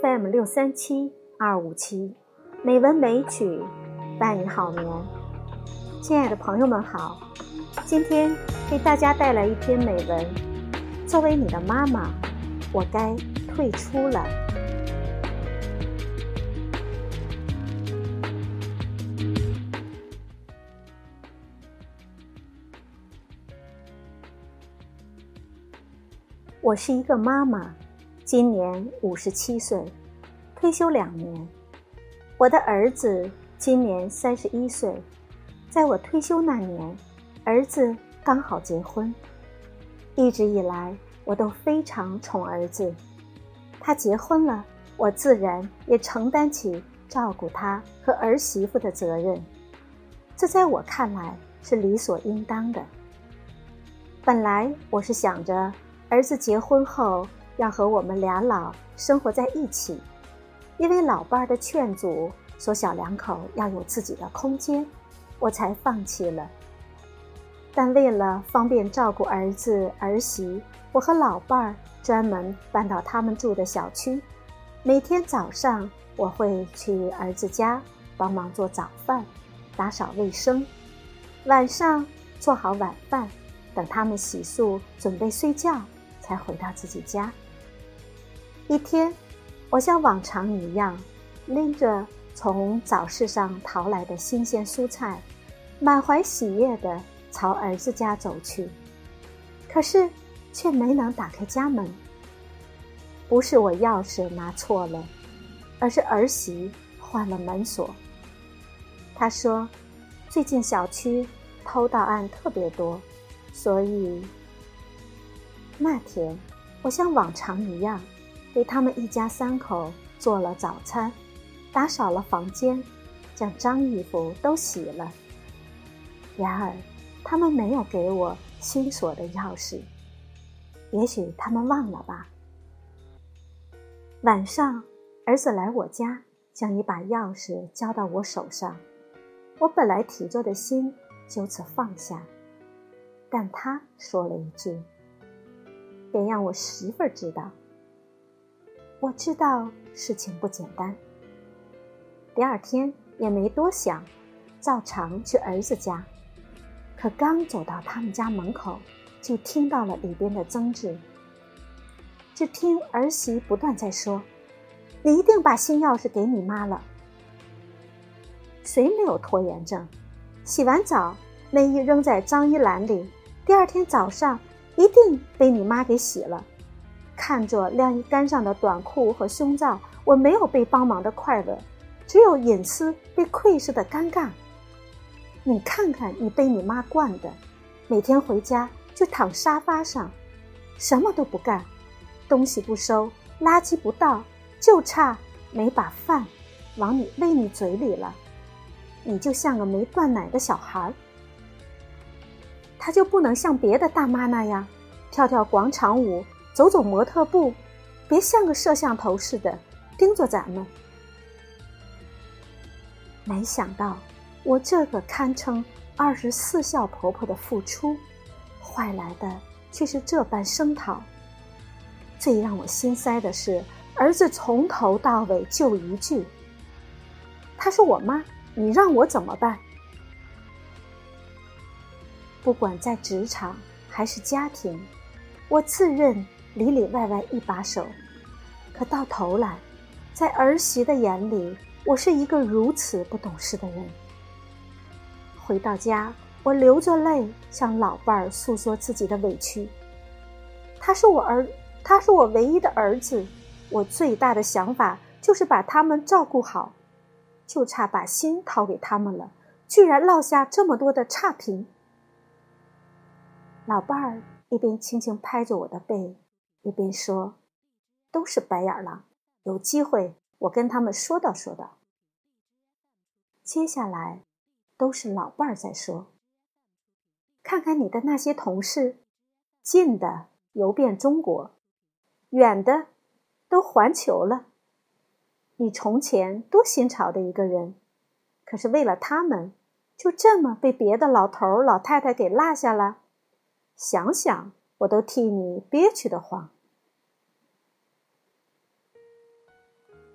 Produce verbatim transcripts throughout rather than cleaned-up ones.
F M 六三七二五七，美文美曲伴你好眠。亲爱的朋友们好，今天给大家带来一篇美文。作为你的妈妈，我该退出了。我是一个妈妈，今年五十七岁，退休两年。我的儿子今年三十一岁，在我退休那年，儿子刚好结婚。一直以来，我都非常宠儿子。他结婚了，我自然也承担起照顾他和儿媳妇的责任。这在我看来是理所应当的。本来我是想着儿子结婚后要和我们俩老生活在一起，因为老伴儿的劝阻，说小两口要有自己的空间，我才放弃了。但为了方便照顾儿子儿媳，我和老伴儿专门搬到他们住的小区。每天早上我会去儿子家帮忙做早饭，打扫卫生，晚上做好晚饭，等他们洗漱准备睡觉，才回到自己家。一天，我像往常一样，拎着从早市上淘来的新鲜蔬菜，满怀喜悦地朝儿子家走去。可是却没能打开家门。不是我钥匙拿错了，而是儿媳换了门锁。她说最近小区偷盗案特别多，所以那天我像往常一样给他们一家三口做了早餐，打扫了房间，将脏衣服都洗了。然而他们没有给我新锁的钥匙，也许他们忘了吧。晚上儿子来我家，将一把钥匙交到我手上，我本来提着的心就此放下，但他说了一句，别让我媳妇儿知道。我知道事情不简单。第二天也没多想，照常去儿子家。可刚走到他们家门口，就听到了里边的争执。只听儿媳不断在说，你一定把新钥匙给你妈了。谁没有拖延症？洗完澡，内衣扔在脏衣篮里，第二天早上一定被你妈给洗了。看着晾衣杆上的短裤和胸罩，我没有被帮忙的快乐，只有隐私被窥视的尴尬。你看看你被你妈惯的，每天回家就躺沙发上，什么都不干，东西不收，垃圾不倒，就差没把饭往你喂你嘴里了。你就像个没断奶的小孩。她就不能像别的大妈那样跳跳广场舞，走走模特步，别像个摄像头似的盯着咱们。没想到我这个堪称二十四孝婆婆的付出，换来的却是这般声讨。最让我心塞的是，儿子从头到尾就一句，他说我妈，你让我怎么办？不管在职场还是家庭，我自认里里外外一把手，可到头来，在儿媳的眼里，我是一个如此不懂事的人。回到家，我流着泪向老伴儿诉说自己的委屈。他是我儿，他是我唯一的儿子，我最大的想法就是把他们照顾好，就差把心掏给他们了，居然落下这么多的差评。老伴儿一边轻轻拍着我的背，一边说，都是白眼狼，有机会我跟他们说道说道。接下来都是老伴儿在说，看看你的那些同事，近的游遍中国，远的都环球了。你从前多新潮的一个人，可是为了他们，就这么被别的老头老太太给落下了。想想我都替你憋屈得慌。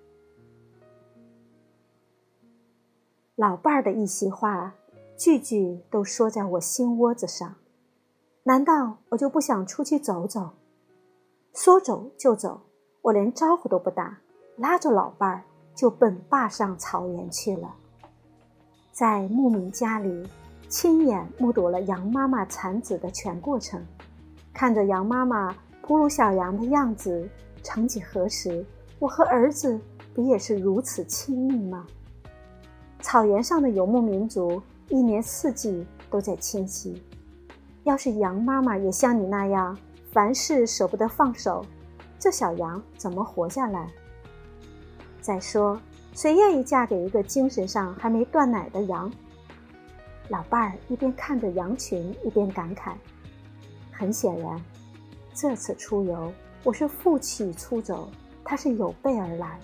老伴儿的一席话，句句都说在我心窝子上。难道我就不想出去走走？说走就走，我连招呼都不打，拉着老伴儿就奔坝上草原去了。在牧民家里，亲眼目睹了羊妈妈产子的全过程，看着羊妈妈哺乳小羊的样子，曾几何时，我和儿子不也是如此亲密吗？草原上的游牧民族一年四季都在迁徙，要是羊妈妈也像你那样凡事舍不得放手，这小羊怎么活下来？再说，谁愿意嫁给一个精神上还没断奶的羊？老伴儿一边看着羊群，一边感慨。很显然，这次出游我是负气出走，他是有备而来。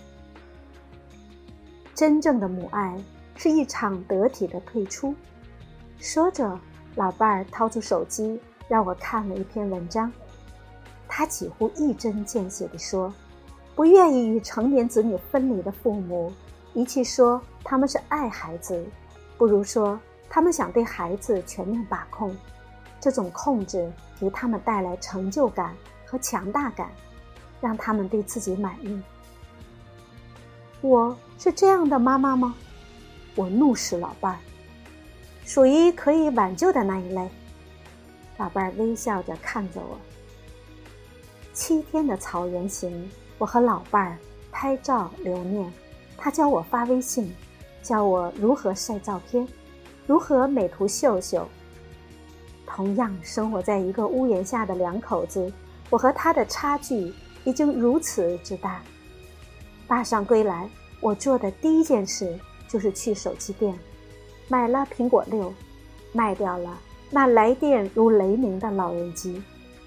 真正的母爱是一场得体的退出。说着，老伴儿掏出手机让我看了一篇文章。他几乎一针见血地说，不愿意与成年子女分离的父母，与其说他们是爱孩子，不如说他们想对孩子全面把控。这种控制给他们带来成就感和强大感，让他们对自己满意。我是这样的妈妈吗？我怒视老伴儿，属于可以挽救的那一类。老伴儿微笑着看着我。七天的草原行，我和老伴儿拍照留念，他教我发微信，教我如何晒照片，如何美图秀秀。同样生活在一个屋檐下的两口子，我和他的差距已经如此之大。坝上归来，我做的第一件事就是去手机店，买了苹果六，卖掉了那来电如雷鸣的老人机。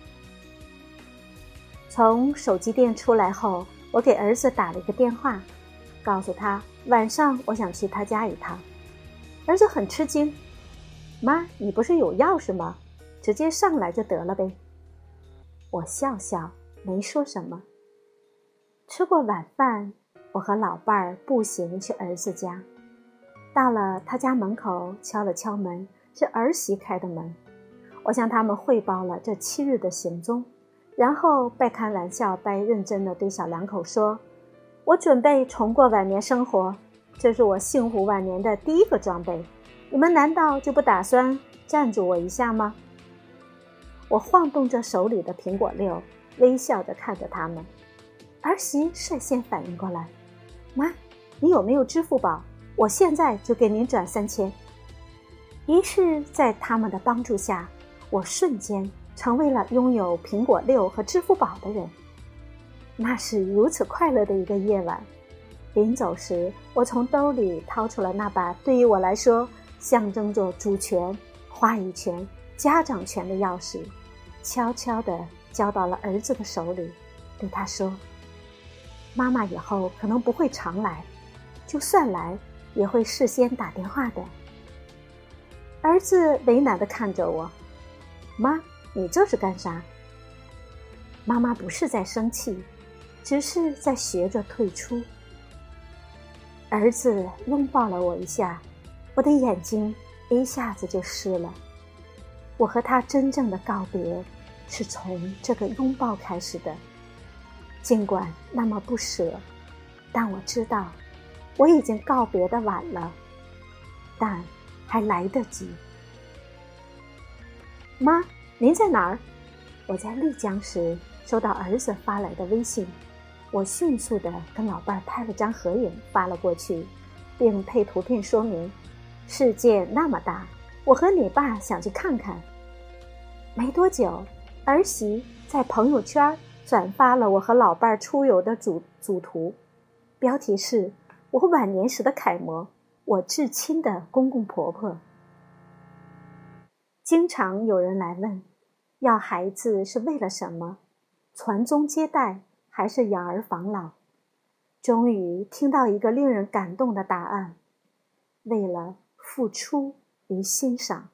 从手机店出来后，我给儿子打了一个电话，告诉他晚上我想去他家一趟。儿子很吃惊，妈，你不是有钥匙吗？直接上来就得了呗。我笑笑，没说什么。吃过晚饭，我和老伴儿步行去儿子家。到了他家门口，敲了敲门，是儿媳开的门。我向他们汇报了这七日的行踪，然后半开玩笑半认真地对小两口说，我准备重过晚年生活，这是我幸福晚年的第一个装备，你们难道就不打算赞助我一下吗？我晃动着手里的苹果六，微笑着看着他们。儿媳率先反应过来，妈，你有没有支付宝？我现在就给您转三千。于是在他们的帮助下，我瞬间成为了拥有苹果六和支付宝的人。那是如此快乐的一个夜晚。临走时，我从兜里掏出了那把对于我来说象征着主权、话语权、家长权的钥匙，悄悄地交到了儿子的手里，对他说，妈妈以后可能不会常来，就算来也会事先打电话的。儿子为难地看着我，妈，你这是干啥？妈妈不是在生气，只是在学着退出。儿子拥抱了我一下，我的眼睛一下子就湿了。我和他真正的告别是从这个拥抱开始的，尽管那么不舍，但我知道我已经告别的晚了，但还来得及。妈，您在哪儿？我在丽江时收到儿子发来的微信，我迅速地跟老伴拍了张合影发了过去，并配图片说明，世界那么大，我和你爸想去看看。没多久，儿媳在朋友圈转发了我和老伴出游的主主图，标题是我晚年时的楷模，我至亲的公公婆婆。经常有人来问，要孩子是为了什么？传宗接代还是养儿防老？终于听到一个令人感动的答案，为了付出与欣赏。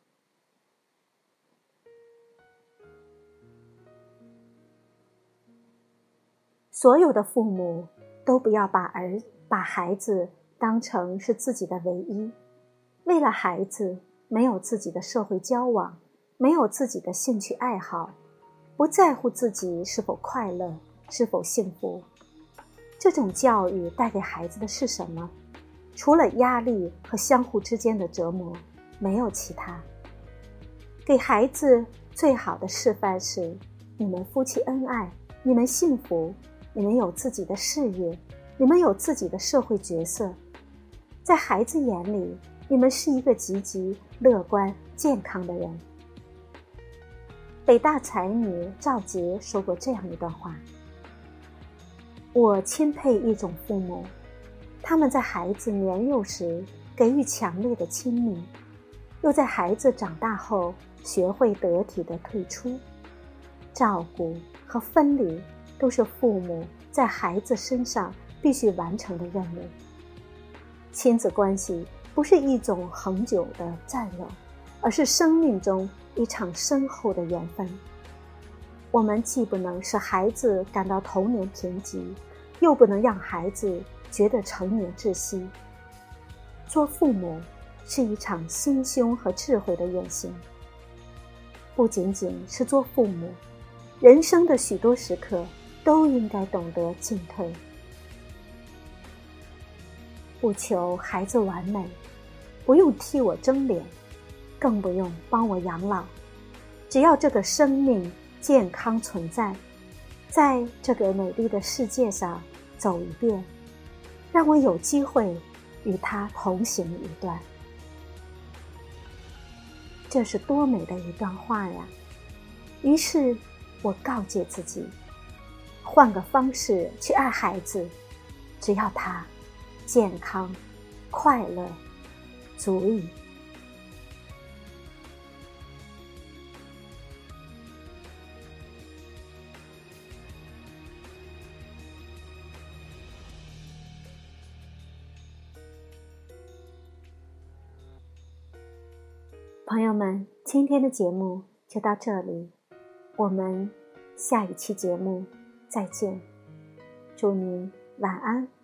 所有的父母都不要把儿把孩子当成是自己的唯一， 为了孩子，没有自己的社会交往，没有自己的兴趣爱好，不在乎自己是否快乐，是否幸福。这种教育带给孩子的是什么？除了压力和相互之间的折磨，没有其他。给孩子最好的示范是，你们夫妻恩爱，你们幸福，你们有自己的事业，你们有自己的社会角色。在孩子眼里，你们是一个积极、乐观、健康的人。北大才女赵洁说过这样一段话：我钦佩一种父母，他们在孩子年幼时给予强烈的亲密，又在孩子长大后学会得体的退出。照顾和分离都是父母在孩子身上必须完成的任务。亲子关系不是一种恒久的占有，而是生命中一场深厚的缘分。我们既不能使孩子感到童年贫瘠，又不能让孩子觉得成年窒息。做父母是一场心胸和智慧的远行，不仅仅是做父母，人生的许多时刻都应该懂得进退。不求孩子完美，不用替我争脸，更不用帮我养老，只要这个生命健康存在，在这个美丽的世界上走一遍，让我有机会与他同行一段。这是多美的一段话呀！于是我告诫自己，换个方式去爱孩子，只要他健康快乐足矣。朋友们，今天的节目就到这里，我们下一期节目再见，祝您晚安。